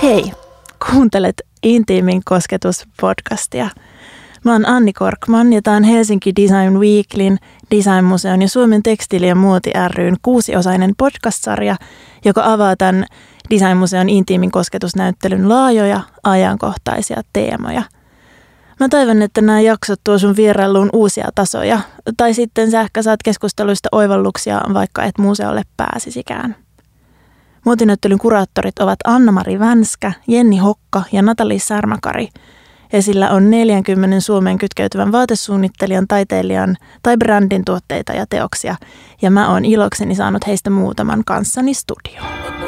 Hei, kuuntelet Intiimin kosketus-podcastia. Mä oon Anni Korkman ja tää on Helsinki Design Weeklyn, Designmuseon ja Suomen tekstiili- ja muoti ry:n 6-osainen podcast-sarja, joka avaa tämän Designmuseon Intiimin kosketusnäyttelyn laajoja, ajankohtaisia teemoja. Mä toivon, että nämä jaksot tuo sun vierailuun uusia tasoja, tai sitten sä ehkä saat keskusteluista oivalluksia, vaikka et museolle pääsisikään. Muotinäyttelyn kuraattorit ovat Anna-Mari Vänskä, Jenni Hokka ja Natali Särmäkari. Esillä on 40 Suomeen kytkeytyvän vaatesuunnittelijan, taiteilijan tai brändin tuotteita ja teoksia, ja mä oon ilokseni saanut heistä muutaman kanssani studioon.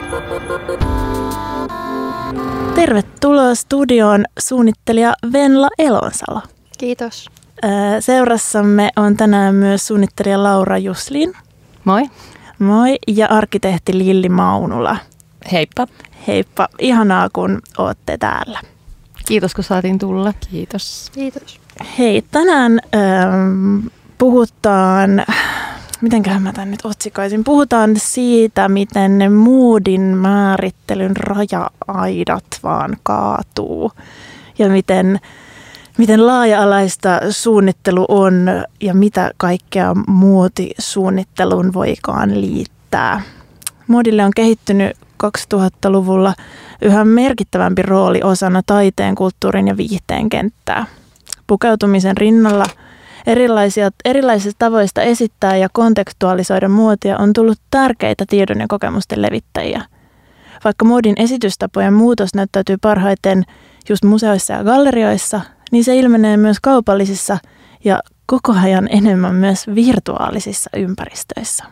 Tervetuloa studioon suunnittelija Venla Elonsalo. Kiitos. Seurassamme on tänään myös suunnittelija Laura Juslin. Moi. Moi, ja arkkitehti Lilli Maunula. Heippa. Heippa, ihanaa kun ootte täällä. Kiitos kun saatiin tulla. Kiitos. Hei, tänään puhutaan, mitenköhän mä tän nyt otsikoisin, puhutaan siitä, miten ne moodin määrittelyn raja-aidat vaan kaatuu ja miten laaja-alaista suunnittelu on ja mitä kaikkea muotisuunnitteluun voikaan liittää. Muodille on kehittynyt 2000-luvulla yhä merkittävämpi rooli osana taiteen, kulttuurin ja viihteen kenttää. Pukeutumisen rinnalla erilaisista tavoista esittää ja kontekstualisoida muotia on tullut tärkeitä tiedon ja kokemusten levittäjiä. Vaikka muodin esitystapojen muutos näyttäytyy parhaiten just museoissa ja gallerioissa, niin se ilmenee myös kaupallisissa ja koko ajan enemmän myös virtuaalisissa ympäristöissä.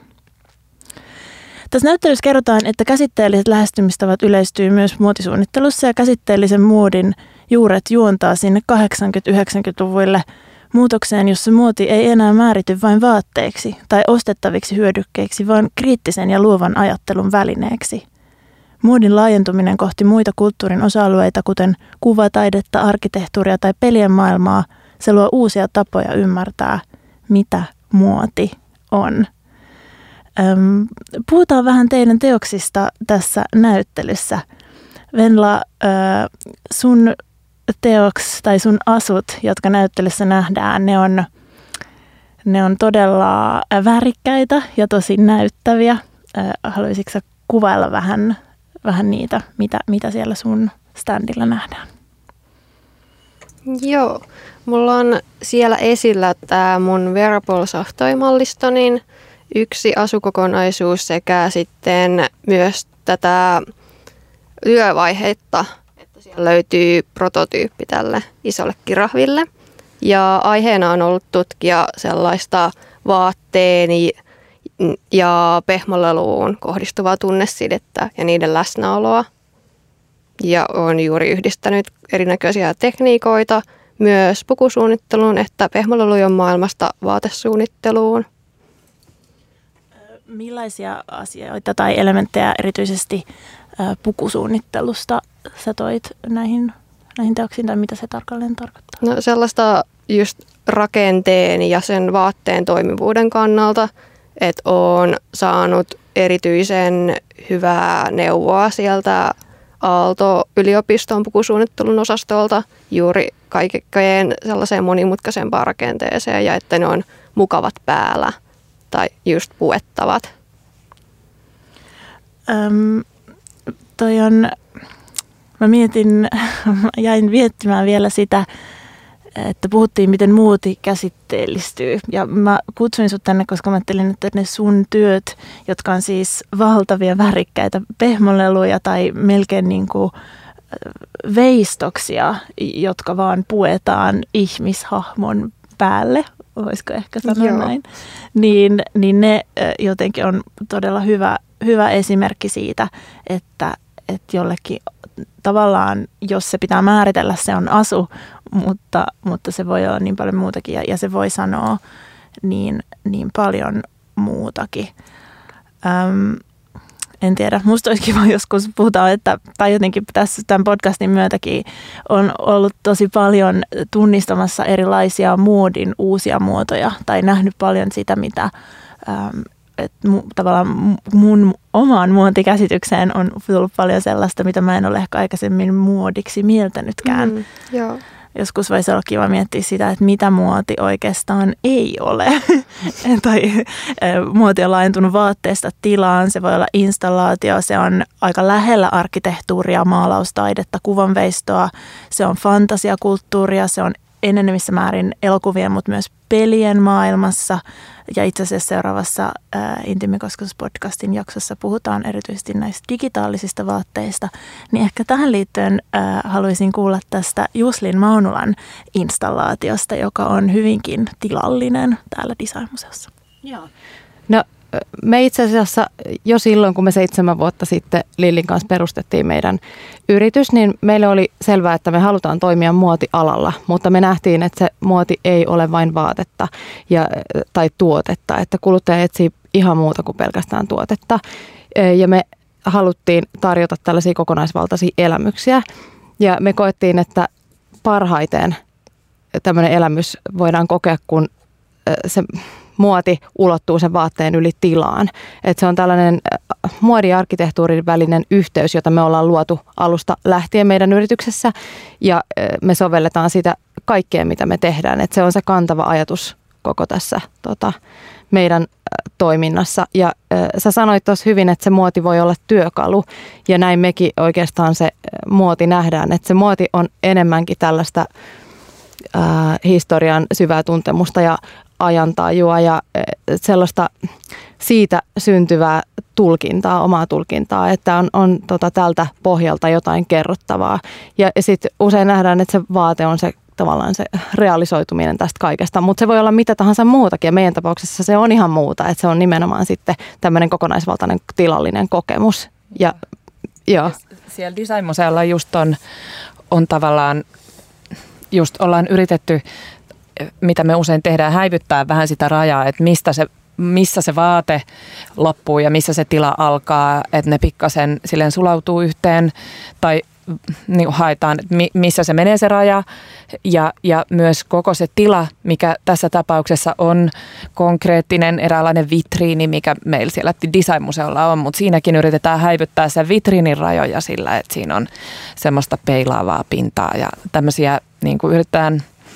Tässä näyttelyssä kerrotaan, että käsitteelliset lähestymistavat yleistyy myös muotisuunnittelussa ja käsitteellisen muodin juuret juontaa sinne 80-90-luvuille muutokseen, jossa muoti ei enää määrity vain vaatteeksi tai ostettaviksi hyödykkeiksi, vaan kriittisen ja luovan ajattelun välineeksi. Muodin laajentuminen kohti muita kulttuurin osa-alueita, kuten kuvataidetta, arkkitehtuuria tai pelien maailmaa, se luo uusia tapoja ymmärtää, mitä muoti on. Puhutaan vähän teidän teoksista tässä näyttelyssä. Venla, sun teoks tai sun asut, jotka näyttelyssä nähdään, ne on todella värikkäitä ja tosi näyttäviä. Haluaisitko sä kuvailla vähän niitä, mitä siellä sun standilla nähdään? Joo, mulla on siellä esillä tämä mun Wearable-Softoi-mallisto, niin yksi asukokonaisuus sekä sitten myös tätä lyövaihetta, että siellä löytyy prototyyppi tälle isolle kirahville. Ja aiheena on ollut tutkia sellaista vaatteeni ja pehmoleluun kohdistuvaa tunnesidettä ja niiden läsnäoloa. Ja olen juuri yhdistänyt erinäköisiä tekniikoita myös pukusuunnitteluun että pehmolelujen maailmasta vaatesuunnitteluun. Millaisia asioita tai elementtejä erityisesti pukusuunnittelusta sä toit näihin teoksiin, tai mitä se tarkalleen tarkoittaa? No sellaista just rakenteen ja sen vaatteen toimivuuden kannalta, että olen saanut erityisen hyvää neuvoa sieltä Aalto-yliopiston pukusuunnittelun osastolta juuri kaikkeen sellaiseen monimutkaisempaan rakenteeseen ja että ne on mukavat päällä tai just puettavat. Jäin miettimään vielä sitä, että puhuttiin, miten muoti käsitteellistyy. Ja mä kutsuin sut tänne, koska mä ajattelin, että ne sun työt, jotka on siis valtavia värikkäitä pehmoleluja tai melkein niin kuin veistoksia, jotka vaan puetaan ihmishahmon päälle, voisiko ehkä sanoa Joo. näin, niin ne jotenkin on todella hyvä esimerkki siitä, että jollekin tavallaan, jos se pitää määritellä, se on asu, mutta se voi olla niin paljon muutakin ja se voi sanoa niin paljon muutakin. En tiedä, musta olisi kiva joskus puhutaan, tai jotenkin tässä tämän podcastin myötäkin on ollut tosi paljon tunnistamassa erilaisia muodin uusia muotoja tai nähnyt paljon sitä, mitä tavallaan mun omaan muotikäsitykseen on tullut paljon sellaista, mitä mä en ole ehkä aikaisemmin muodiksi mieltänytkään. Joo. Joskus voisi olla kiva miettiä sitä, että mitä muoti oikeastaan ei ole. Tai muoti on laajentunut vaatteesta tilaan, se voi olla installaatio, se on aika lähellä arkkitehtuuria, maalaustaidetta, kuvanveistoa, se on fantasiakulttuuria, se on enenevissä määrin elokuvien, mutta myös pelien maailmassa. Ja itse asiassa seuraavassa Intiimikosketus-podcastin jaksossa puhutaan erityisesti näistä digitaalisista vaatteista. Niin ehkä tähän liittyen haluaisin kuulla tästä Juslin Maunulan installaatiosta, joka on hyvinkin tilallinen täällä Design-museossa. Joo. No, me itse asiassa jo silloin, kun me 7 vuotta sitten Lillin kanssa perustettiin meidän yritys, niin meille oli selvää, että me halutaan toimia muotialalla, mutta me nähtiin, että se muoti ei ole vain vaatetta tai tuotetta, että kuluttaja etsii ihan muuta kuin pelkästään tuotetta. Ja me haluttiin tarjota tällaisia kokonaisvaltaisia elämyksiä ja me koettiin, että parhaiten tämmöinen elämys voidaan kokea, kun se muoti ulottuu sen vaatteen yli tilaan. Et se on tällainen muodin ja arkkitehtuurin välinen yhteys, jota me ollaan luotu alusta lähtien meidän yrityksessä ja me sovelletaan sitä kaikkeen, mitä me tehdään. Et se on se kantava ajatus koko tässä meidän toiminnassa. Ja sä sanoit tuossa hyvin, että se muoti voi olla työkalu ja näin mekin oikeastaan se muoti nähdään. Että se muoti on enemmänkin tällaista historian syvää tuntemusta ja ajantajua ja sellaista siitä syntyvää tulkintaa, omaa tulkintaa, että on tältä pohjalta jotain kerrottavaa. Ja sitten usein nähdään, että se vaate on se tavallaan se realisoituminen tästä kaikesta, mutta se voi olla mitä tahansa muutakin ja meidän tapauksessa se on ihan muuta, että se on nimenomaan sitten tämmöinen kokonaisvaltainen tilallinen kokemus. Ja, joo. Siellä Design-museolla just on tavallaan, just ollaan yritetty, mitä me usein tehdään, häivyttää vähän sitä rajaa, että missä se vaate loppuu ja missä se tila alkaa, että ne pikkasen silleen sulautuu yhteen tai niin haetaan, että missä se menee se raja ja myös koko se tila, mikä tässä tapauksessa on konkreettinen eräänlainen vitriini, mikä meillä siellä Design-museolla on, mutta siinäkin yritetään häivyttää sen vitriinin rajoja sillä, että siinä on semmoista peilaavaa pintaa ja tämmöisiä niin kuin yritetään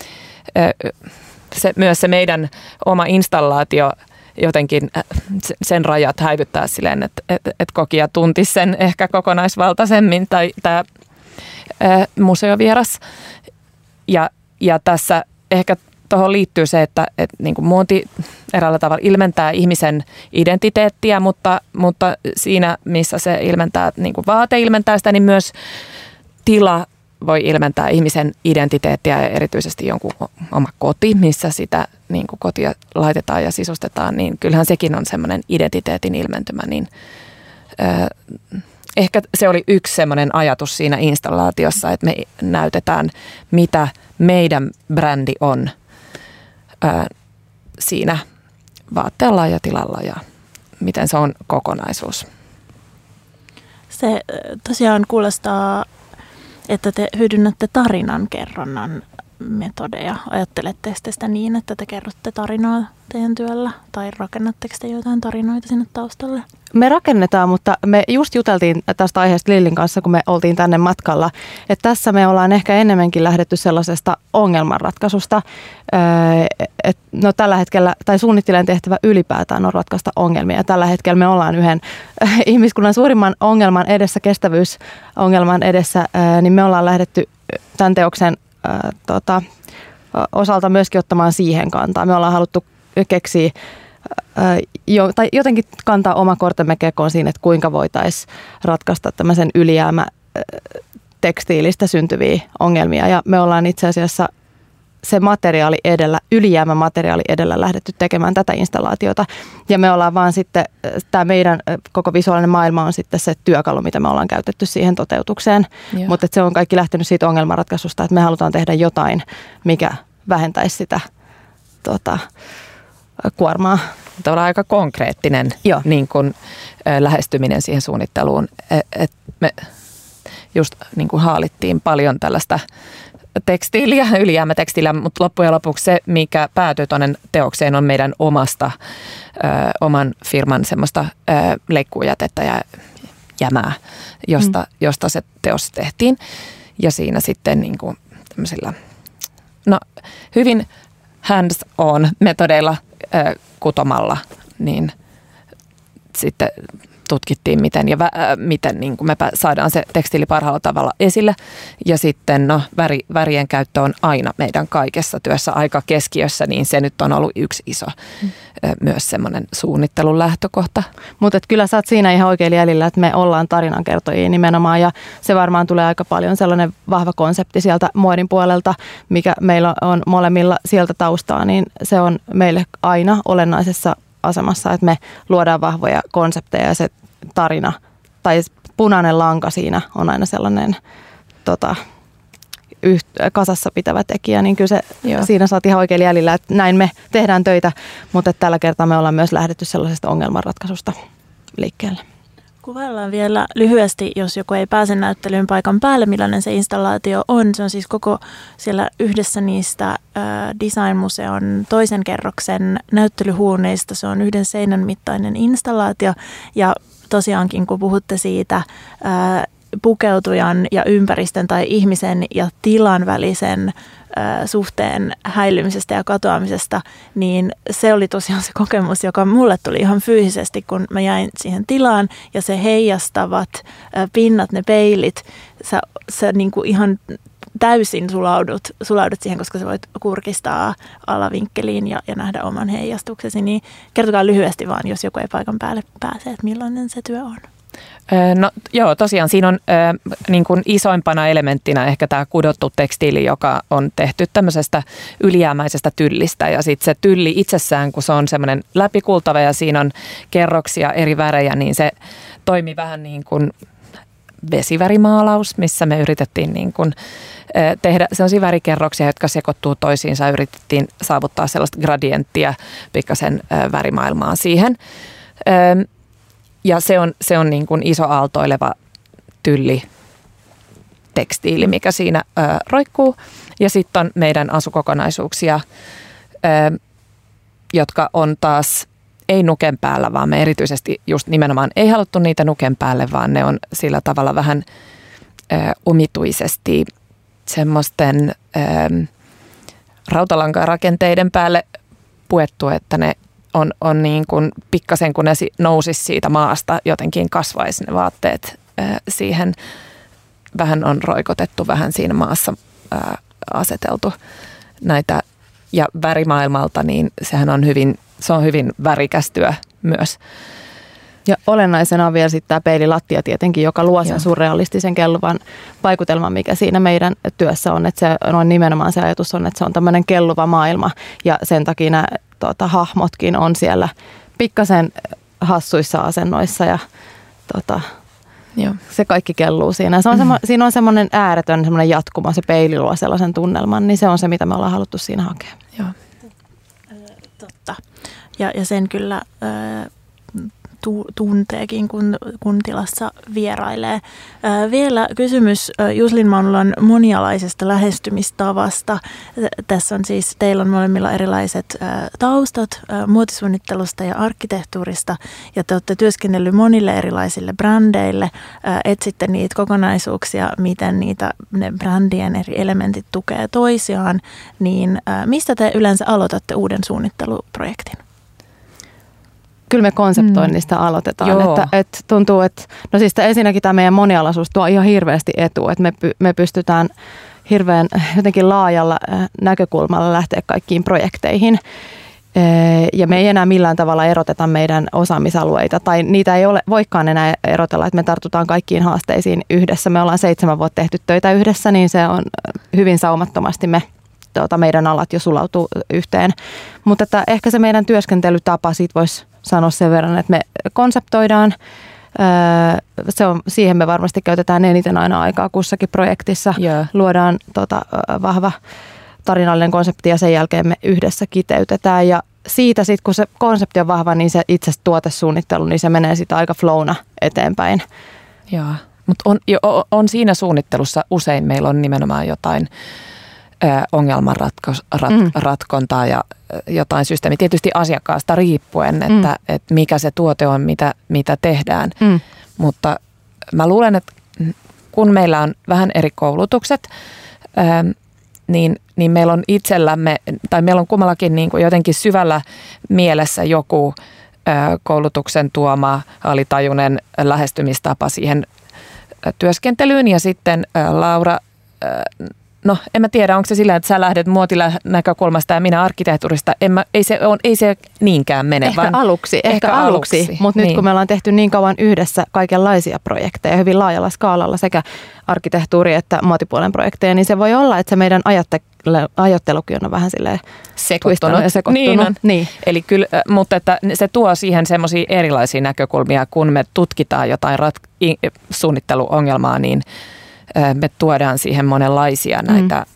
myös se meidän oma installaatio jotenkin sen rajat häivyttää silleen, että kokija tuntisi sen ehkä kokonaisvaltaisemmin tai tämä museovieras. Ja tässä ehkä tuohon liittyy se, että niin kuin muoti eräällä tavalla ilmentää ihmisen identiteettiä, mutta siinä missä se ilmentää, niin kuin vaate ilmentää sitä, niin myös tila voi ilmentää ihmisen identiteettiä ja erityisesti jonkun oma koti, missä sitä niin kuin kotia laitetaan ja sisustetaan, niin kyllähän sekin on semmoinen identiteetin ilmentymä. Niin, ehkä se oli yksi semmoinen ajatus siinä installaatiossa, että me näytetään, mitä meidän brändi on siinä vaatteella ja tilalla ja miten se on kokonaisuus. Se tosiaan kuulostaa, että te hyödynnätte tarinankerronnan metodeja. Ajatteletteko te sitä niin, että te kerrotte tarinaa teidän työllä? Tai rakennatteko te jotain tarinoita sinne taustalle? Me rakennetaan, mutta me just juteltiin tästä aiheesta Lillin kanssa, kun me oltiin tänne matkalla. Että tässä me ollaan ehkä enemmänkin lähdetty sellaisesta ongelmanratkaisusta. No tällä hetkellä, tai suunnittelijan tehtävä ylipäätään on ratkaista ongelmia. Ja tällä hetkellä me ollaan yhden ihmiskunnan suurimman ongelman edessä, kestävyysongelman edessä, niin me ollaan lähdetty tämän teoksen osalta myöskin ottamaan siihen kantaa. Me ollaan haluttu keksiä tai jotenkin kantaa oma kortemme kekoon siinä, että kuinka voitaisiin ratkaista tämmöisen ylijäämätekstiilistä syntyviä ongelmia. Ja me ollaan itse asiassa se ylijäämämateriaali edellä lähdetty tekemään tätä installaatiota. Ja me ollaan vaan sitten, tämä meidän koko visuaalinen maailma on sitten se työkalu, mitä me ollaan käytetty siihen toteutukseen. Mutta se on kaikki lähtenyt siitä ongelmanratkaisusta, että me halutaan tehdä jotain, mikä vähentäisi sitä kuormaa. Tämä on aika konkreettinen niin kuin, lähestyminen siihen suunnitteluun. Me just niin kuin haalittiin paljon tällaista tekstiiliä, ylijäämätekstiiliä, mutta loppujen lopuksi se, mikä päätyy tuonne teokseen, on meidän oman firman semmoista leikkuujätettä ja jämää, josta se teos tehtiin. Ja siinä sitten niin kuin tämmöisillä, hyvin hands-on metodeilla kutomalla, niin sitten tutkittiin, miten niin kuin me saadaan se tekstiili parhaalla tavalla esille. Ja sitten värien käyttö on aina meidän kaikessa työssä aika keskiössä, niin se nyt on ollut yksi iso myös semmoinen suunnittelun lähtökohta. Mutta kyllä sä oot siinä ihan oikein jäljellä, että me ollaan tarinankertojia nimenomaan, ja se varmaan tulee aika paljon sellainen vahva konsepti sieltä muodin puolelta, mikä meillä on molemmilla sieltä taustaa, niin se on meille aina olennaisessa asemassa, että me luodaan vahvoja konsepteja ja se tarina tai punainen lanka siinä on aina sellainen kasassa pitävä tekijä, niin kyllä siinä sä oot ihan oikein jäljellä, että näin me tehdään töitä, mutta tällä kertaa me ollaan myös lähdetty sellaisesta ongelmanratkaisusta liikkeelle. Kuvaillaan vielä lyhyesti, jos joku ei pääse näyttelyyn paikan päälle, millainen se installaatio on. Se on siis koko siellä yhdessä niistä Design-museon toisen kerroksen näyttelyhuoneista. Se on yhden seinän mittainen installaatio, ja tosiaankin kun puhutte siitä pukeutujan ja ympäristön tai ihmisen ja tilan välisen suhteen häilymisestä ja katoamisesta, niin se oli tosiaan se kokemus, joka mulle tuli ihan fyysisesti, kun mä jäin siihen tilaan ja se heijastavat pinnat, ne peilit, sä niin kuin ihan täysin sulaudut siihen, koska sä voit kurkistaa alavinkkeliin ja nähdä oman heijastuksesi, niin kertokaa lyhyesti vaan, jos joku ei paikan päälle pääse, että millainen se työ on. No joo, tosiaan siinä on niin kuin isoimpana elementtinä ehkä tämä kudottu tekstiili, joka on tehty tämmöisestä ylijäämäisestä tyllistä. Ja sitten se tylli itsessään, kun se on semmoinen läpikultava ja siinä on kerroksia eri värejä, niin se toimi vähän niin kuin vesivärimaalaus, missä me yritettiin niin kuin tehdä sellaisia värikerroksia, jotka sekoittuu toisiinsa. Yritettiin saavuttaa sellaista gradienttia, pikkasen värimaailmaa siihen. Ja se on niin kuin iso aaltoileva tylli tekstiili, mikä siinä roikkuu. Ja sitten on meidän asukokonaisuuksia, jotka on taas ei nuken päällä, vaan me erityisesti just nimenomaan ei haluttu niitä nuken päälle, vaan ne on sillä tavalla vähän omituisesti semmoisten rautalankarakenteiden päälle puettu, että ne on niin kuin pikkasen, kun ne nousisi siitä maasta, jotenkin kasvaisi ne vaatteet siihen. Vähän on roikotettu, vähän siinä maassa aseteltu näitä. Ja värimaailmalta, niin se on hyvin värikäs työ myös. Ja olennaisena on vielä sitten tämä peililattia tietenkin, joka luo sen surrealistisen kelluvan vaikutelman, mikä siinä meidän työssä on. Että se on nimenomaan se ajatus on, että se on tämmöinen kelluva maailma, ja sen takia nämä hahmotkin on siellä pikkasen hassuissa asennoissa, ja se kaikki kelluu siinä. Se on siinä on semmoinen ääretön semmoinen jatkuma, se peili luo sellaisen tunnelman, niin se on se, mitä me ollaan haluttu siinä hakea. Joo. Totta. Ja sen kyllä tunteekin, kun tilassa vierailee. Vielä kysymys Juslin Manulan monialaisesta lähestymistavasta. Tässä on siis, teillä on molemmilla erilaiset taustat muotisuunnittelusta ja arkkitehtuurista, ja te olette työskennellyt monille erilaisille brändeille. Etsitte niitä kokonaisuuksia, miten ne brändien eri elementit tukee toisiaan. Niin mistä te yleensä aloitatte uuden suunnitteluprojektin? Kyllä me konseptoinnista aloitetaan, että tuntuu, että no siis ensinnäkin tämä meidän monialaisuus tuo ihan hirveästi etua, että me pystytään hirveän jotenkin laajalla näkökulmalla lähteä kaikkiin projekteihin, ja me ei enää millään tavalla eroteta meidän osaamisalueita, tai niitä ei voikaan enää erotella, että me tartutaan kaikkiin haasteisiin yhdessä. Me ollaan 7 vuotta tehty töitä yhdessä, niin se on hyvin saumattomasti meidän alat jo sulautuu yhteen, mutta että ehkä se meidän työskentelytapa, siitä voisi sanoa sen verran, että me konseptoidaan, siihen me varmasti käytetään eniten aina aikaa kussakin projektissa, luodaan vahva tarinallinen konsepti ja sen jälkeen me yhdessä kiteytetään, ja siitä sitten kun se konsepti on vahva, niin se itse tuotesuunnittelu, niin se menee sitten aika flowna eteenpäin. Joo, mutta on siinä suunnittelussa usein meillä on nimenomaan jotain ongelmanratkontaa ja jotain systeemiä. Tietysti asiakkaasta riippuen, että mikä se tuote on, mitä tehdään. Mutta mä luulen, että kun meillä on vähän eri koulutukset, niin meillä on itsellämme, tai meillä on kummallakin niin kuin jotenkin syvällä mielessä joku koulutuksen tuoma alitajuinen lähestymistapa siihen työskentelyyn. Ja sitten Laura, no en mä tiedä, onko se sillä, että sä lähdet muotinäkökulmasta ja minä arkkitehtuurista. Ei se niinkään mene. Ehkä aluksi. Mutta nyt kun me ollaan tehty niin kauan yhdessä kaikenlaisia projekteja hyvin laajalla skaalalla sekä arkkitehtuuri- että muotipuolen projekteja, niin se voi olla, että se meidän ajattelukin on vähän silleen sekoittunut. Niin. Eli kyllä, mutta että se tuo siihen semmoisia erilaisia näkökulmia, kun me tutkitaan jotain suunnitteluongelmaa, niin me tuodaan siihen monenlaisia näitä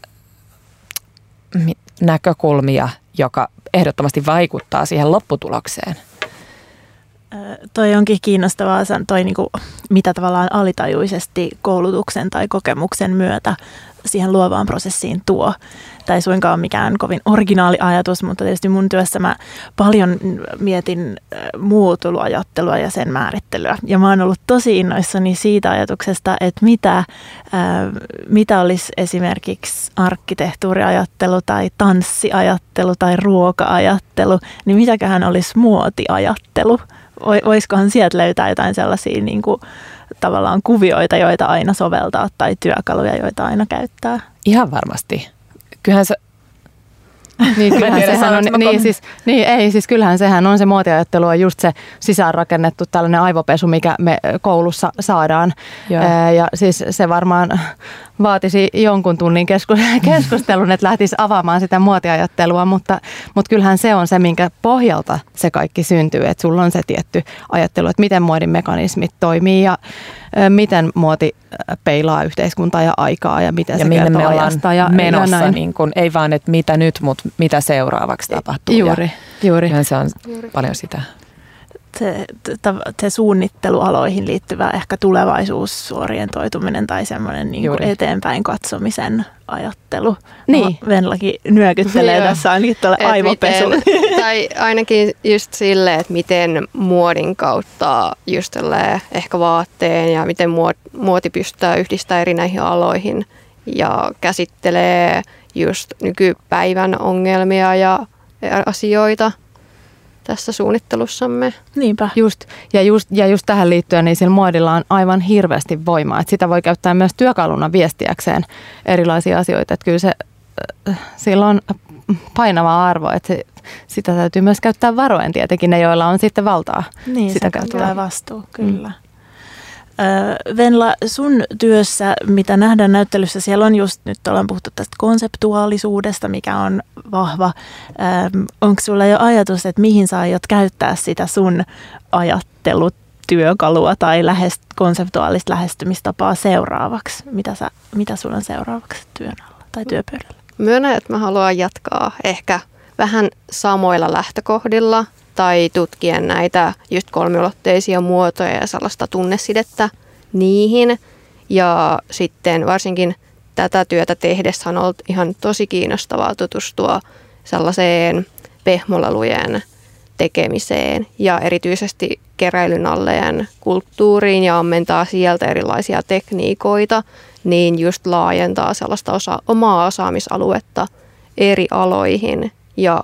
näkökulmia, joka ehdottomasti vaikuttaa siihen lopputulokseen. Toi onkin kiinnostavaa, toi niinku, mitä tavallaan alitajuisesti koulutuksen tai kokemuksen myötä siihen luovaan prosessiin tuo. Tämä ei suinkaan ole mikään kovin originaali ajatus, mutta tietysti mun työssä mä paljon mietin muotoiluajattelua ja sen määrittelyä. Ja mä oon ollut tosi innoissani siitä ajatuksesta, että mitä olisi esimerkiksi arkkitehtuuriajattelu tai tanssiajattelu tai ruoka-ajattelu, niin mitäköhän olisi muotiajattelu? Voisikohan sieltä löytää jotain sellaisia niin kuin, tavallaan kuvioita, joita aina soveltaa tai työkaluja, joita aina käyttää? Ihan varmasti. Kyllähän se... kyllähän sehän on se muotiajattelu on just se sisäänrakennettu tällainen aivopesu, mikä me koulussa saadaan. Ja siis se varmaan vaatisi jonkun tunnin keskustelun, että lähtisi avaamaan sitä muotiajattelua, mutta kyllähän se on se, minkä pohjalta se kaikki syntyy, että sulla on se tietty ajattelu, että miten muodin mekanismit toimii ja miten muoti peilaa yhteiskuntaa ja aikaa ja miten se kertoo ajasta. Ja menossa, niin kun, ei vaan, että mitä nyt, mutta mitä seuraavaksi tapahtuu. Juuri. Se on paljon sitä. Se suunnittelualoihin liittyvä ehkä tulevaisuusorientoituminen tai semmoinen niin kuin eteenpäin katsomisen ajattelu. Niin. Venlakin nyökyttelee tässä ainakin tuolle aivopesulle. Tai ainakin just silleen, että miten muodin kautta just ehkä vaatteen ja miten muoti pystytään yhdistämään eri näihin aloihin ja käsittelee just nykypäivän ongelmia ja asioita tässä suunnittelussamme. Niinpä. Just tähän liittyen, niin sillä muodilla on aivan hirveästi voimaa. Että sitä voi käyttää myös työkaluna viestiäkseen erilaisia asioita. Että kyllä sillä on painava arvo, että sitä täytyy myös käyttää varoen tietenkin ne, joilla on sitten valtaa. Niin, sitä tulee vastuu, kyllä. Venla, sun työssä, mitä nähdään näyttelyssä, siellä on just, nyt ollaan puhuttu tästä konseptuaalisuudesta, mikä on vahva. Onko sulla jo ajatus, että mihin sä aiot käyttää sitä sun ajattelutyökalua tai konseptuaalista lähestymistapaa seuraavaksi? Mitä sulla on seuraavaksi työn alla tai työpöydällä? Myönnän, että mä haluan jatkaa ehkä vähän samoilla lähtökohdilla tai tutkien näitä just kolmiulotteisia muotoja ja sellaista tunnesidettä niihin. Ja sitten varsinkin tätä työtä tehdessä on ollut ihan tosi kiinnostavaa tutustua sellaiseen pehmolelujen tekemiseen ja erityisesti keräilynalleen kulttuuriin ja ammentaa sieltä erilaisia tekniikoita, niin just laajentaa sellaista omaa osaamisaluetta eri aloihin ja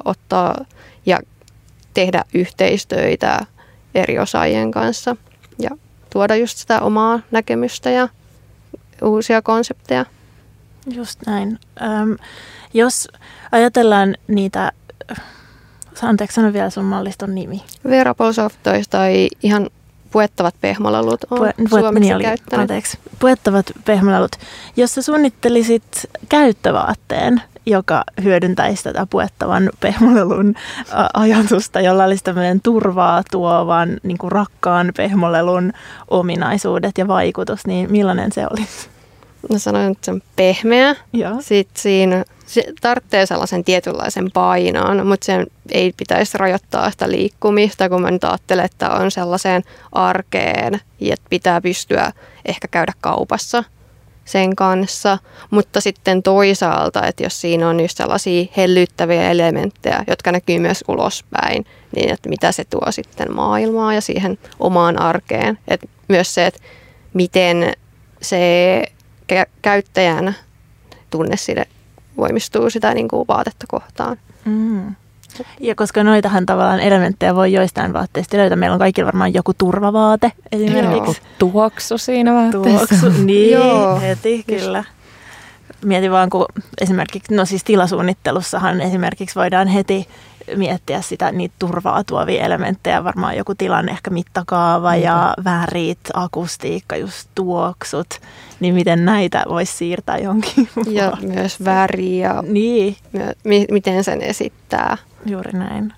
tehdä yhteistöitä eri osaajien kanssa ja tuoda just sitä omaa näkemystä ja uusia konsepteja. Just näin. Jos ajatellaan niitä, anteeksi, sano vielä sun malliston nimi. Wearable Softoys tai ihan puettavat pehmolelut on suomeksi käyttänyt. Anteeksi, puettavat pehmolelut. Jos sä suunnittelisit käyttövaatteen, joka hyödyntäisi tätä puettavan pehmolelun ajatusta, jolla olisi tämmöinen turvaa tuovan, niin kuin rakkaan pehmolelun ominaisuudet ja vaikutus, niin millainen se olisi? Mä sanoin, että se on pehmeä. Joo. Sitten se tarvitsee sellaisen tietynlaisen painon, mutta sen ei pitäisi rajoittaa sitä liikkumista, kun mä nyt ajattelen, että on sellaiseen arkeen, että pitää pystyä ehkä käydä kaupassa sen kanssa, mutta sitten toisaalta, että jos siinä on just sellaisia hellyttäviä elementtejä, jotka näkyy myös ulospäin, niin että mitä se tuo sitten maailmaan ja siihen omaan arkeen. Et myös se, että miten se käyttäjän tunne sille voimistuu sitä niin kuin vaatetta kohtaan. Mm. Ja koska noitahan tavallaan elementtejä voi joistain vaatteista löytää. Meillä on kaikilla varmaan joku turvavaate esimerkiksi. Tuoksu siinä vaatteessa. Tuoksu, niin, Joo. heti kyllä. Mietin vaan, kun esimerkiksi, no siis tilasuunnittelussahan esimerkiksi voidaan heti miettiä sitä niitä turvaa tuovia elementtejä. Varmaan joku tilan ehkä mittakaava ja värit, akustiikka, just tuoksut. Niin miten näitä voisi siirtää jonkin Ja myös väri ja niin. Miten sen esittää. Juuri näin.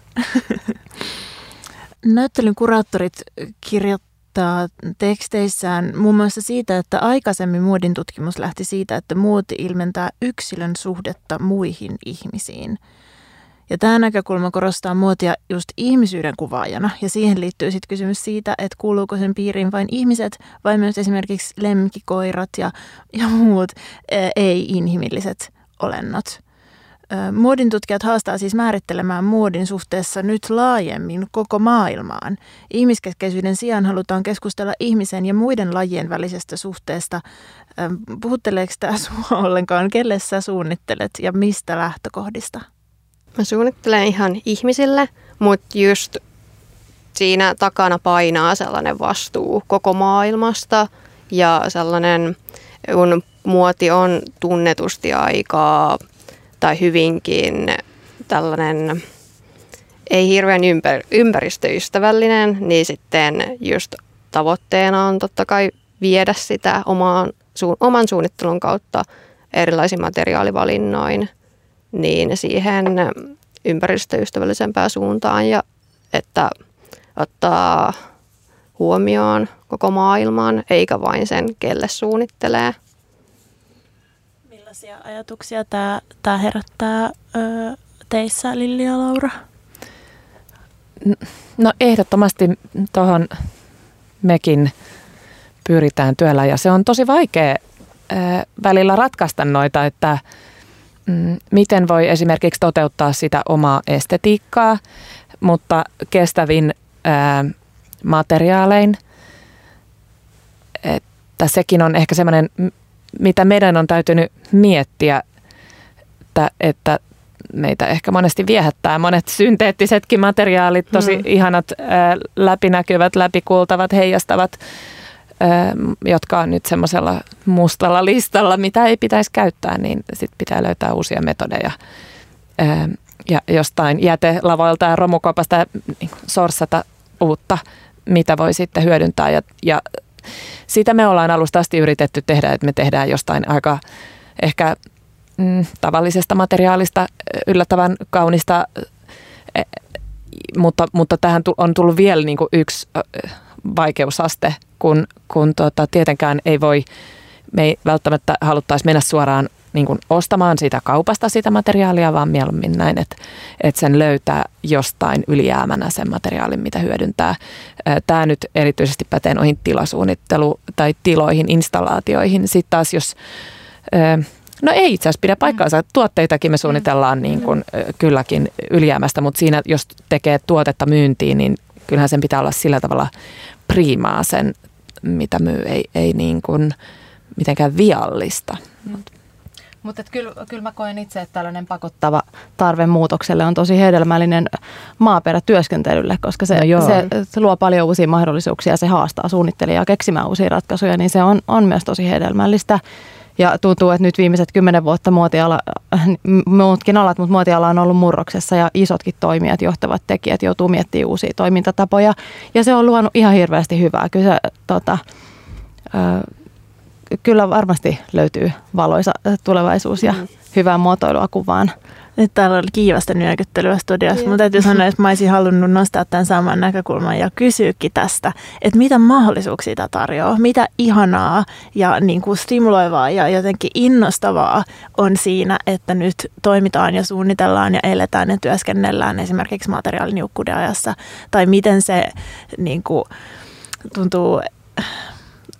Näyttelyn kuraattorit kirjoittaa teksteissään muun muassa siitä, että aikaisemmin muodin tutkimus lähti siitä, että muoti ilmentää yksilön suhdetta muihin ihmisiin. Ja tämä näkökulma korostaa muotia just ihmisyyden kuvaajana, ja siihen liittyy sitten kysymys siitä, että kuuluuko sen piiriin vain ihmiset vai myös esimerkiksi lemmikkikoirat ja muut ei-inhimilliset olennot. Muodin tutkijat haastaa siis määrittelemään muodin suhteessa nyt laajemmin koko maailmaan. Ihmiskeskeisyyden sijaan halutaan keskustella ihmisen ja muiden lajien välisestä suhteesta. Puhutteleeko tämä sinua ollenkaan? Kelle sä suunnittelet ja mistä lähtökohdista? Mä suunnittelen ihan ihmisille, mutta just siinä takana painaa sellainen vastuu koko maailmasta ja sellainen, kun muoti on tunnetusti aikaa tai hyvinkin tällainen ei hirveän ympäristöystävällinen, niin sitten just tavoitteena on totta kai viedä sitä oman suunnittelun kautta erilaisin materiaalivalinnoin niin siihen ympäristöystävällisempään suuntaan ja että ottaa huomioon koko maailman eikä vain sen, kelle suunnittelee. Millaisia ajatuksia tämä herättää teissä, Lilli ja Laura? No ehdottomasti tuohon mekin pyritään työllä ja se on tosi vaikea välillä ratkaista noita, että miten voi esimerkiksi toteuttaa sitä omaa estetiikkaa, mutta kestävin materiaalein. Että sekin on ehkä semmoinen, mitä meidän on täytynyt miettiä, että meitä ehkä monesti viehättää monet synteettisetkin materiaalit, tosi ihanat, läpinäkyvät, läpikultavat, heijastavat, jotka on nyt semmoisella mustalla listalla, mitä ei pitäisi käyttää, niin sitten pitää löytää uusia metodeja. Ja jostain jätelavoilta ja romukaupasta sorsata uutta, mitä voi sitten hyödyntää. Ja sitä me ollaan alusta asti yritetty tehdä, että me tehdään jostain aika ehkä tavallisesta materiaalista yllättävän kaunista, mutta tähän on tullut vielä niin kuin yksi vaikeusaste, kun tietenkään me ei välttämättä haluttaisi mennä suoraan niin kuin ostamaan sitä kaupasta sitä materiaalia, vaan mieluummin näin, että sen löytää jostain ylijäämänä sen materiaalin, mitä hyödyntää. Tämä nyt erityisesti pätee noihin tilasuunnittelu- tai tiloihin, installaatioihin. Sitten taas jos, no ei itse asiassa pidä paikkaansa, tuotteitakin me suunnitellaan niin kuin kylläkin ylijäämästä, mutta siinä jos tekee tuotetta myyntiin, niin kyllähän sen pitää olla sillä tavalla priimaa sen, mitä myy, ei niin kuin mitenkään viallista. Mutta kyllä mä koen itse, että tällainen pakottava tarve muutokselle on tosi hedelmällinen maaperä työskentelylle, koska se luo paljon uusia mahdollisuuksia ja se haastaa suunnittelijaa keksimään uusia ratkaisuja, niin se on myös tosi hedelmällistä. Ja tuntuu, että nyt viimeiset 10 vuotta muutkin alat, mutta muotiala on ollut murroksessa ja isotkin toimijat, johtavat tekijät joutuu miettimään uusia toimintatapoja. Ja se on luonut ihan hirveästi hyvää. Kyllä varmasti löytyy valoisa tulevaisuus ja hyvää muotoilua kuvaan. Nyt täällä oli kiivasta nyökyttelyä studiossa, mutta täytyy sanoa, että mä olisin halunnut nostaa tämän saman näkökulman ja kysyäkin tästä, että mitä mahdollisuuksia tämä tarjoaa, mitä ihanaa ja niin kuin stimuloivaa ja jotenkin innostavaa on siinä, että nyt toimitaan ja suunnitellaan ja eletään ja työskennellään esimerkiksi materiaaliniukkuuden ajassa, tai miten se niin kuin tuntuu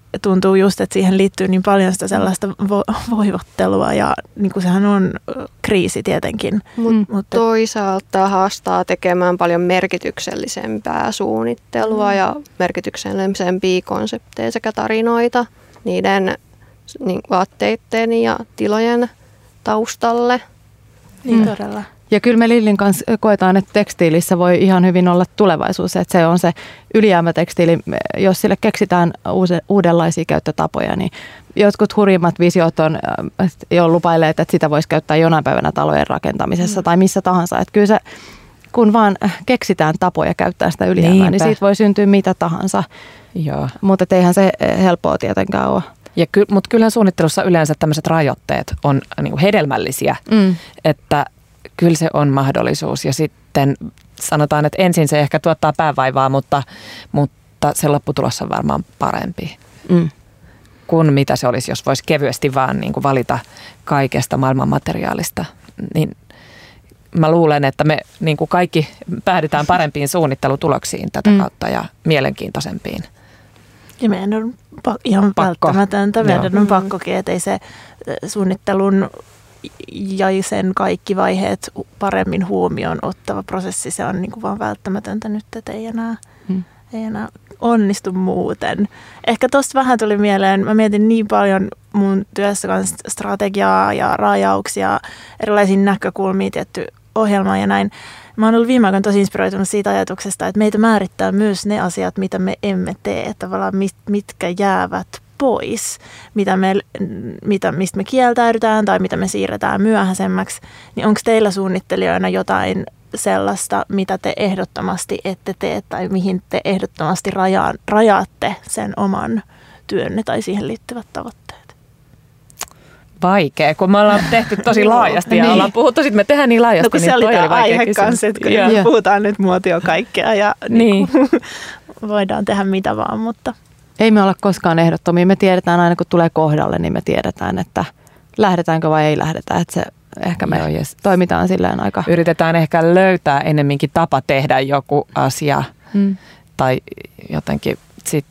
tuntuu just, että siihen liittyy niin paljon sitä sellaista voivottelua ja niin kuin sehän on kriisi tietenkin. Mutta toisaalta haastaa tekemään paljon merkityksellisempää suunnittelua ja merkityksellisempiä konsepteja sekä tarinoita niiden vaatteiden ja tilojen taustalle. Niin todella. Ja kyllä me Lillin kanssa koetaan, että tekstiilissä voi ihan hyvin olla tulevaisuus, että se on se ylijäämätekstiili, jos sille keksitään uudenlaisia käyttötapoja, niin jotkut hurjimmat visiot on jo lupailleet, että sitä voisi käyttää jonain päivänä talojen rakentamisessa tai missä tahansa. Että kyllä se, kun vaan keksitään tapoja käyttää sitä ylijäämää, niin siitä voi syntyä mitä tahansa. Joo. Mutta eihän se helppoa tietenkään ole. Mutta kyllähän suunnittelussa yleensä tämmöiset rajoitteet on niinku hedelmällisiä, että kyllä se on mahdollisuus ja sitten sanotaan, että ensin se ehkä tuottaa päävaivaa, mutta se lopputulos on varmaan parempi kuin mitä se olisi, jos voisi kevyesti vaan niin kuin valita kaikesta maailman materiaalista. Niin mä luulen, että me niin kuin kaikki päädytään parempiin suunnittelutuloksiin tätä kautta ja mielenkiintoisempiin. Ja meidän on ihan välttämätöntä, meidän on pakkokin, että ei se suunnittelun ja sen kaikki vaiheet paremmin huomioon ottava prosessi, se on niin kuin vaan välttämätöntä nyt, että ei enää onnistu muuten. Ehkä tuosta vähän tuli mieleen, mä mietin niin paljon mun työssä kanssa strategiaa ja rajauksia, erilaisia näkökulmia, tietty ohjelmaa ja näin. Mä oon ollut viime aikoina tosi inspiroitunut siitä ajatuksesta, että meitä määrittää myös ne asiat, mitä me emme tee, tavallaan mitkä jäävät pois, mistä me kieltäydytään tai mitä me siirretään myöhäisemmäksi, niin onko teillä suunnittelijoina jotain sellaista, mitä te ehdottomasti ette tee tai mihin te ehdottomasti rajaatte sen oman työnne tai siihen liittyvät tavoitteet? Vaikea, kun me ollaan tehty tosi laajasti ja ollaan puhuttu, sitten me tehdään niin laajasti. No kun se oli tämä aihe kanssa, että kun puhutaan nyt muotio kaikkea ja niin. Voidaan tehdä mitä vaan, mutta... Ei me olla koskaan ehdottomia. Me tiedetään aina, kun tulee kohdalle, niin me tiedetään, että lähdetäänkö vai ei lähdetä. Että se ehkä me toimitaan silleen aika... Yritetään ehkä löytää ennemminkin tapa tehdä joku asia tai jotenkin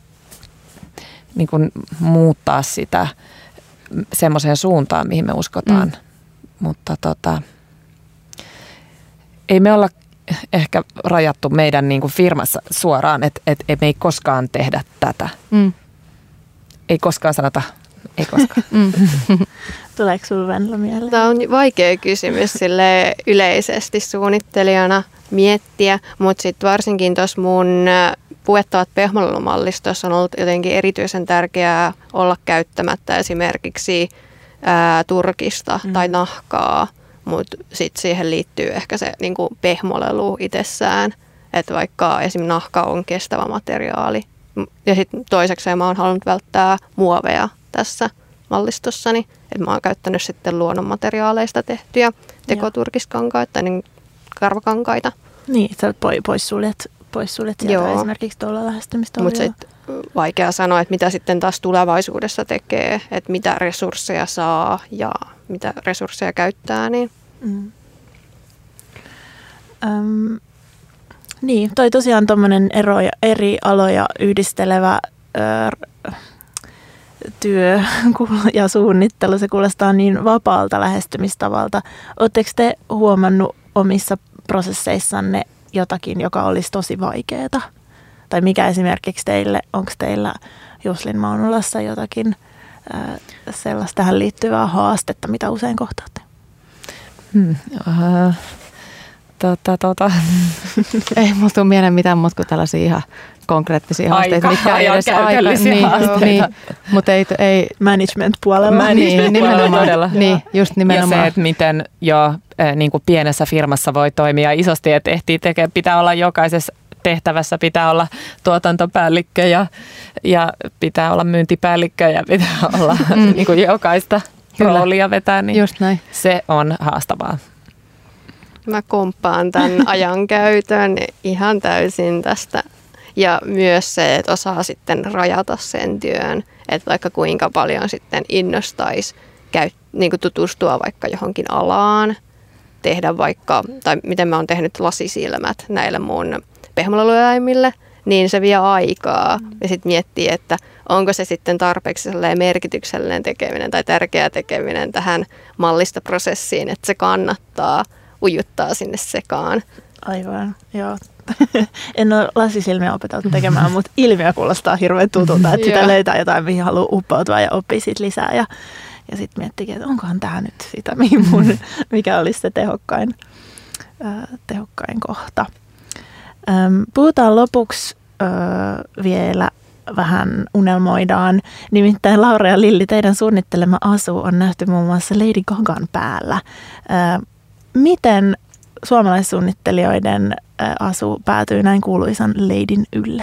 niin kuin muuttaa sitä semmoiseen suuntaan, mihin me uskotaan. Mutta ei me olla ehkä rajattu meidän niin kuin firmassa suoraan, että me ei koskaan tehdä tätä. Ei koskaan sanota, ei koskaan. Tuleeko sinulla Venla mieleen? Tämä on vaikea kysymys sille yleisesti suunnittelijana miettiä, mutta sitten varsinkin tuossa mun Puettavat pehmolelu-mallistossa on ollut jotenkin erityisen tärkeää olla käyttämättä esimerkiksi turkista tai nahkaa, mutta sitten siihen liittyy ehkä se niinku pehmolelu itsessään, että vaikka esimerkiksi nahka on kestävä materiaali. Ja sitten toiseksi mä oon halunnut välttää muoveja tässä mallistossani, että mä oon käyttänyt sitten luonnonmateriaaleista tehtyjä tekoturkiskankaita tai niin karvakankaita. Niin, sä poissuljet sieltä esimerkiksi tuolla lähestymistavalla. Mutta sitten vaikea sanoa, että mitä sitten taas tulevaisuudessa tekee, että mitä resursseja saa ja mitä resursseja käyttää. Niin. Niin, toi tosiaan tuommoinen eri aloja yhdistelevä työ ja suunnittelu, se kuulostaa niin vapaalta lähestymistavalta. Oletteko te huomannut omissa prosesseissanne jotakin, joka olisi tosi vaikeaa? Tai mikä esimerkiksi teille, onko teillä Juslin Maunulassa jotakin sellaista tähän liittyvää haastetta, mitä usein kohtaatte? Ei mulla tule mieleen mitään muuta kuin tällaisia ihan konkreettisia haasteita, mitkä ei edes niin, mutta ei management-puolella. Niin, nimenomaan. Niin, just nimenomaan. Ja se, että miten niin kuin pienessä firmassa voi toimia isosti, että pitää olla jokaisessa tehtävässä, pitää olla tuotantopäällikkö ja pitää olla myyntipäällikkö ja pitää olla niin kuin jokaista roolia vetää, niin just näin. Se on haastavaa. Mä komppaan tämän ajankäytön ihan täysin tästä. Ja myös se, että osaa sitten rajata sen työn, että vaikka kuinka paljon sitten innostaisi niin kuin tutustua vaikka johonkin alaan, tehdä vaikka, tai miten mä oon tehnyt lasisilmät näille mun pehmolelueläimille, niin se vie aikaa. Ja sitten miettii, että onko se sitten tarpeeksi merkityksellinen tekeminen tai tärkeä tekeminen tähän mallistoprosessiin, että se kannattaa ujuttaa sinne sekaan. Aivan, joo. En ole lasisilmiä opeteltu tekemään, mutta ilmiö kuulostaa hirveän tutulta, että sitä löytää jotain, mihin haluaa uppoutua ja oppii siitä lisää. Ja sitten miettikin, että onkohan tämä nyt sitä, mikä olisi se tehokkain kohta. Puhutaan lopuksi vielä vähän unelmoidaan. Nimittäin Laura ja Lilli, teidän suunnittelema asu on nähty muun muassa Lady Gagan päällä. Miten suomalaissuunnittelijoiden asu päätyy näin kuuluisan Ladyn ylle?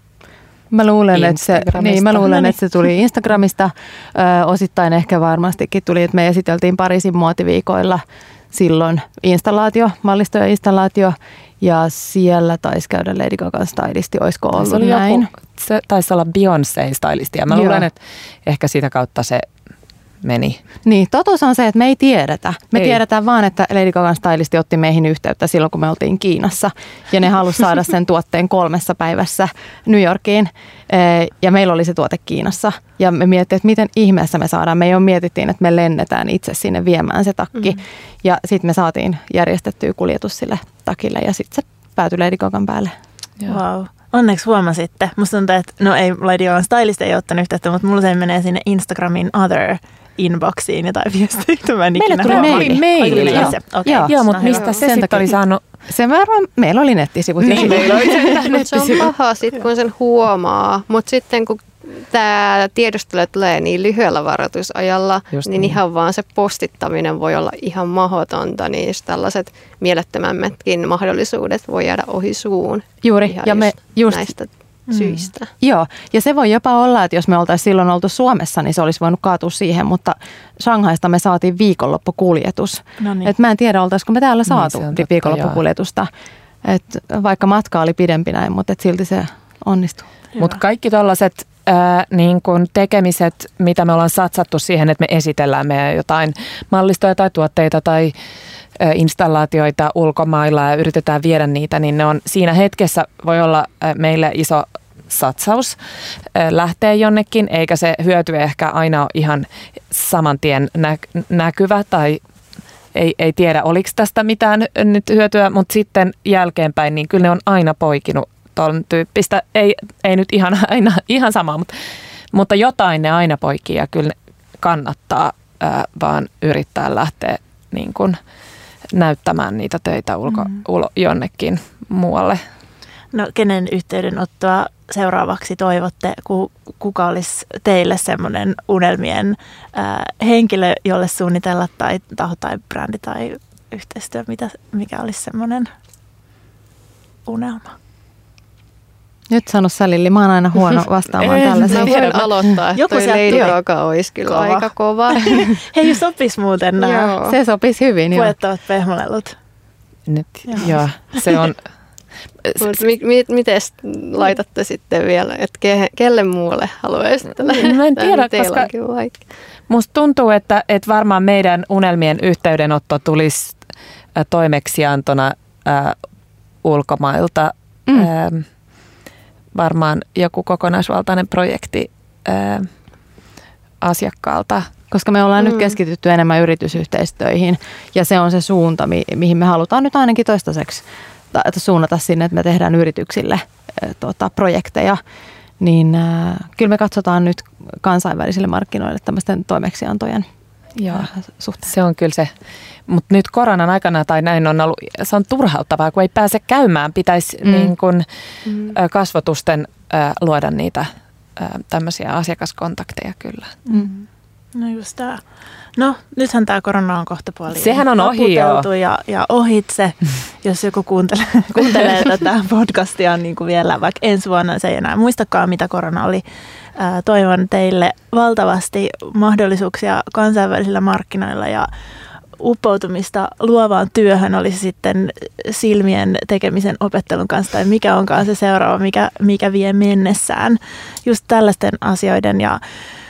Mä luulen, että se tuli Instagramista. Osittain ehkä varmastikin tuli, että me esiteltiin Pariisin muotiviikoilla silloin mallisto ja installaatio. Ja siellä taisi käydä Lady Gagan stylisti, olisiko ollut näin? Se taisi olla Beyoncé-stylisti ja mä luulen, että ehkä sitä kautta se meni. Niin, totuus on se, että me ei tiedetä. Me tiedetään vaan, että Lady Gagan stylisti otti meihin yhteyttä silloin, kun me oltiin Kiinassa. Ja ne halusi saada sen tuotteen 3 päivässä New Yorkiin. Ja meillä oli se tuote Kiinassa. Ja me mietittiin, että miten ihmeessä me saadaan. Me jo mietittiin, että me lennetään itse sinne viemään se takki. Ja sitten me saatiin järjestettyä kuljetus sille takille. Ja sitten se päätyi Lady Gagan päälle. Wow. Onneksi huomasitte. Musta tuntuu, että Lady Gagan stylist ei ottanut yhteyttä, mutta mulla se menee sinne Instagramin other inboxiin jotain viestiä. Meille tuli maili. Joo, mutta mistä se sitten oli saanut? Se varmaan, meillä oli nettisivut. Mutta se on paha sitten, kun sen huomaa. Mutta sitten kun tämä tiedustelu tulee niin lyhyellä varoitusajalla, niin ihan vaan se postittaminen voi olla ihan mahdotonta. Niin tällaiset mielettömämmätkin mahdollisuudet voi jäädä ohi suun. Juuri. Ja me just näistä syistä. Joo, ja se voi jopa olla, että jos me oltaisiin silloin oltu Suomessa, niin se olisi voinut kaatua siihen, mutta Shanghaista me saatiin viikonloppukuljetus. Et mä en tiedä, oltaisiko me täällä saatu viikonloppukuljetusta. Et vaikka matka oli pidempi näin, mutta silti se onnistui. Mutta kaikki tällaiset niin kun tekemiset, mitä me ollaan satsattu siihen, että me esitellään meidän jotain mallistoja tai tuotteita tai installaatioita ulkomailla ja yritetään viedä niitä, niin ne on siinä hetkessä voi olla meille iso satsaus lähtee jonnekin, eikä se hyöty ehkä aina ole ihan saman tien näkyvä tai ei tiedä, oliko tästä mitään nyt hyötyä, mutta sitten jälkeenpäin, niin kyllä ne on aina poikinut tuon tyyppistä, ei nyt ihan sama, mutta jotain ne aina poikii ja kyllä kannattaa vaan yrittää lähteä niin kuin näyttämään niitä töitä jonnekin muualle. No kenen yhteydenottoa seuraavaksi toivotte, kuka olisi teille semmoinen unelmien henkilö, jolle suunnitella tai taho tai brändi tai yhteistyö, mikä olisi semmoinen unelma? Nyt sano sä, Lilli, mä oon aina huono vastaamaan tällaiseen. Mä voin aloittaa, että toi Lady Gaga olisi kyllä aika kova. Hei, sopisi muuten nämä. Se sopisi hyvin. Puettavat pehmolelut. Nyt, joo, se on. Miten laitatte sitten vielä, että kelle muulle haluaisitte? Mä en tiedä, koska musta tuntuu, että varmaan meidän unelmien yhteydenotto tulisi toimeksiantona ulkomailta. Varmaan joku kokonaisvaltainen projekti asiakkaalta. Koska me ollaan nyt keskitytty enemmän yritysyhteistyöihin ja se on se suunta, mihin me halutaan nyt ainakin toistaiseksi suunnata sinne, että me tehdään yrityksille projekteja. Niin kyllä me katsotaan nyt kansainvälisille markkinoille tämmöisten toimeksiantojen suhteen. Se on kyllä se. Mutta nyt koronan aikana tai näin on ollut, se on turhauttavaa, kun ei pääse käymään. Pitäisi niin kun, kasvotusten luoda niitä tämmöisiä asiakaskontakteja kyllä. No just tämä. No, nythän tämä korona on kohta puoliin. Sehän on ohi ja ohitse, jos joku kuuntelee tätä podcastia niin kuin vielä, vaikka ensi vuonna se ei enää muistakaan, mitä korona oli. Toivon teille valtavasti mahdollisuuksia kansainvälisillä markkinoilla ja uppoutumista luovaan työhön, olisi sitten silmien tekemisen opettelun kanssa tai mikä onkaan se seuraava, mikä vie mennessään. Just tällaisten asioiden ja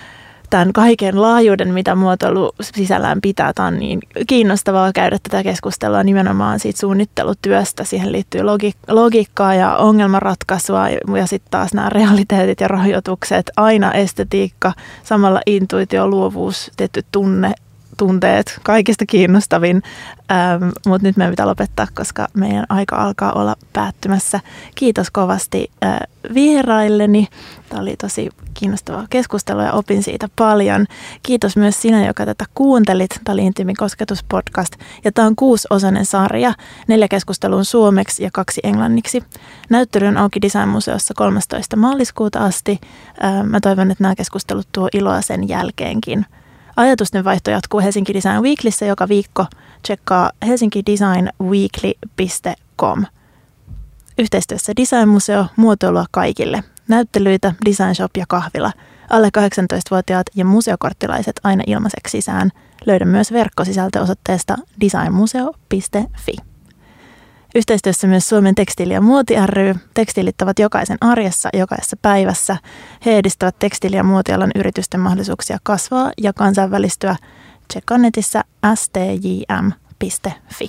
tämän kaiken laajuuden, mitä muotoilu sisällään pitää. Tämä on niin kiinnostavaa käydä tätä keskustelua nimenomaan siitä suunnittelutyöstä. Siihen liittyy logiikkaa ja ongelmanratkaisua ja sitten taas nämä realiteetit ja rajoitukset, aina estetiikka, samalla intuitio, luovuus, tietty tunteet, kaikista kiinnostavin, mutta nyt meidän pitää lopettaa, koska meidän aika alkaa olla päättymässä. Kiitos kovasti vierailleni. Tämä oli tosi kiinnostavaa keskustelua ja opin siitä paljon. Kiitos myös sinä, joka tätä kuuntelit. Tämä oli Intiimi kosketus podcast ja tämä on 6-osainen sarja, 4 keskustelua suomeksi ja 2 englanniksi. Näyttely on auki Design-museossa 13. maaliskuuta asti. Mä toivon, että nämä keskustelut tuo iloa sen jälkeenkin. Ajatusten vaihto jatkuu Helsinki Design Weeklyssä joka viikko. Tsekkaa helsinkidesignweekly.com. Yhteistyössä Design-museo, muotoilua kaikille. Näyttelyitä, Design Shop ja kahvila. Alle 18-vuotiaat ja museokorttilaiset aina ilmaiseksi sisään. Löydä myös verkkosisältö osoitteesta designmuseo.fi. Yhteistyössä myös Suomen tekstiili- ja muoti ry. Tekstiilit ovat jokaisen arjessa, jokaisessa päivässä. He edistävät tekstiili- ja muotialan yritysten mahdollisuuksia kasvaa ja kansainvälistyä. Tsekkaa netissä stjm.fi.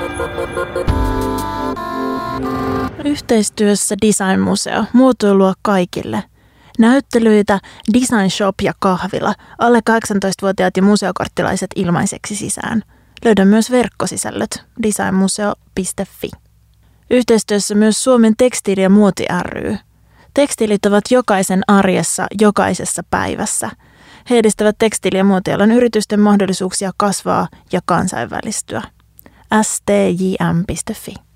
Yhteistyössä Design-museo, muotoilua kaikille. Näyttelyitä, Design Shop ja kahvila. Alle 18-vuotiaat ja museokorttilaiset ilmaiseksi sisään. Löydä myös verkkosisällöt designmuseo.fi. Yhteistyössä myös Suomen tekstiili- ja muoti ry. Tekstiilit ovat jokaisen arjessa, jokaisessa päivässä. He edistävät tekstiili- ja muotialan yritysten mahdollisuuksia kasvaa ja kansainvälistyä. stjm.fi.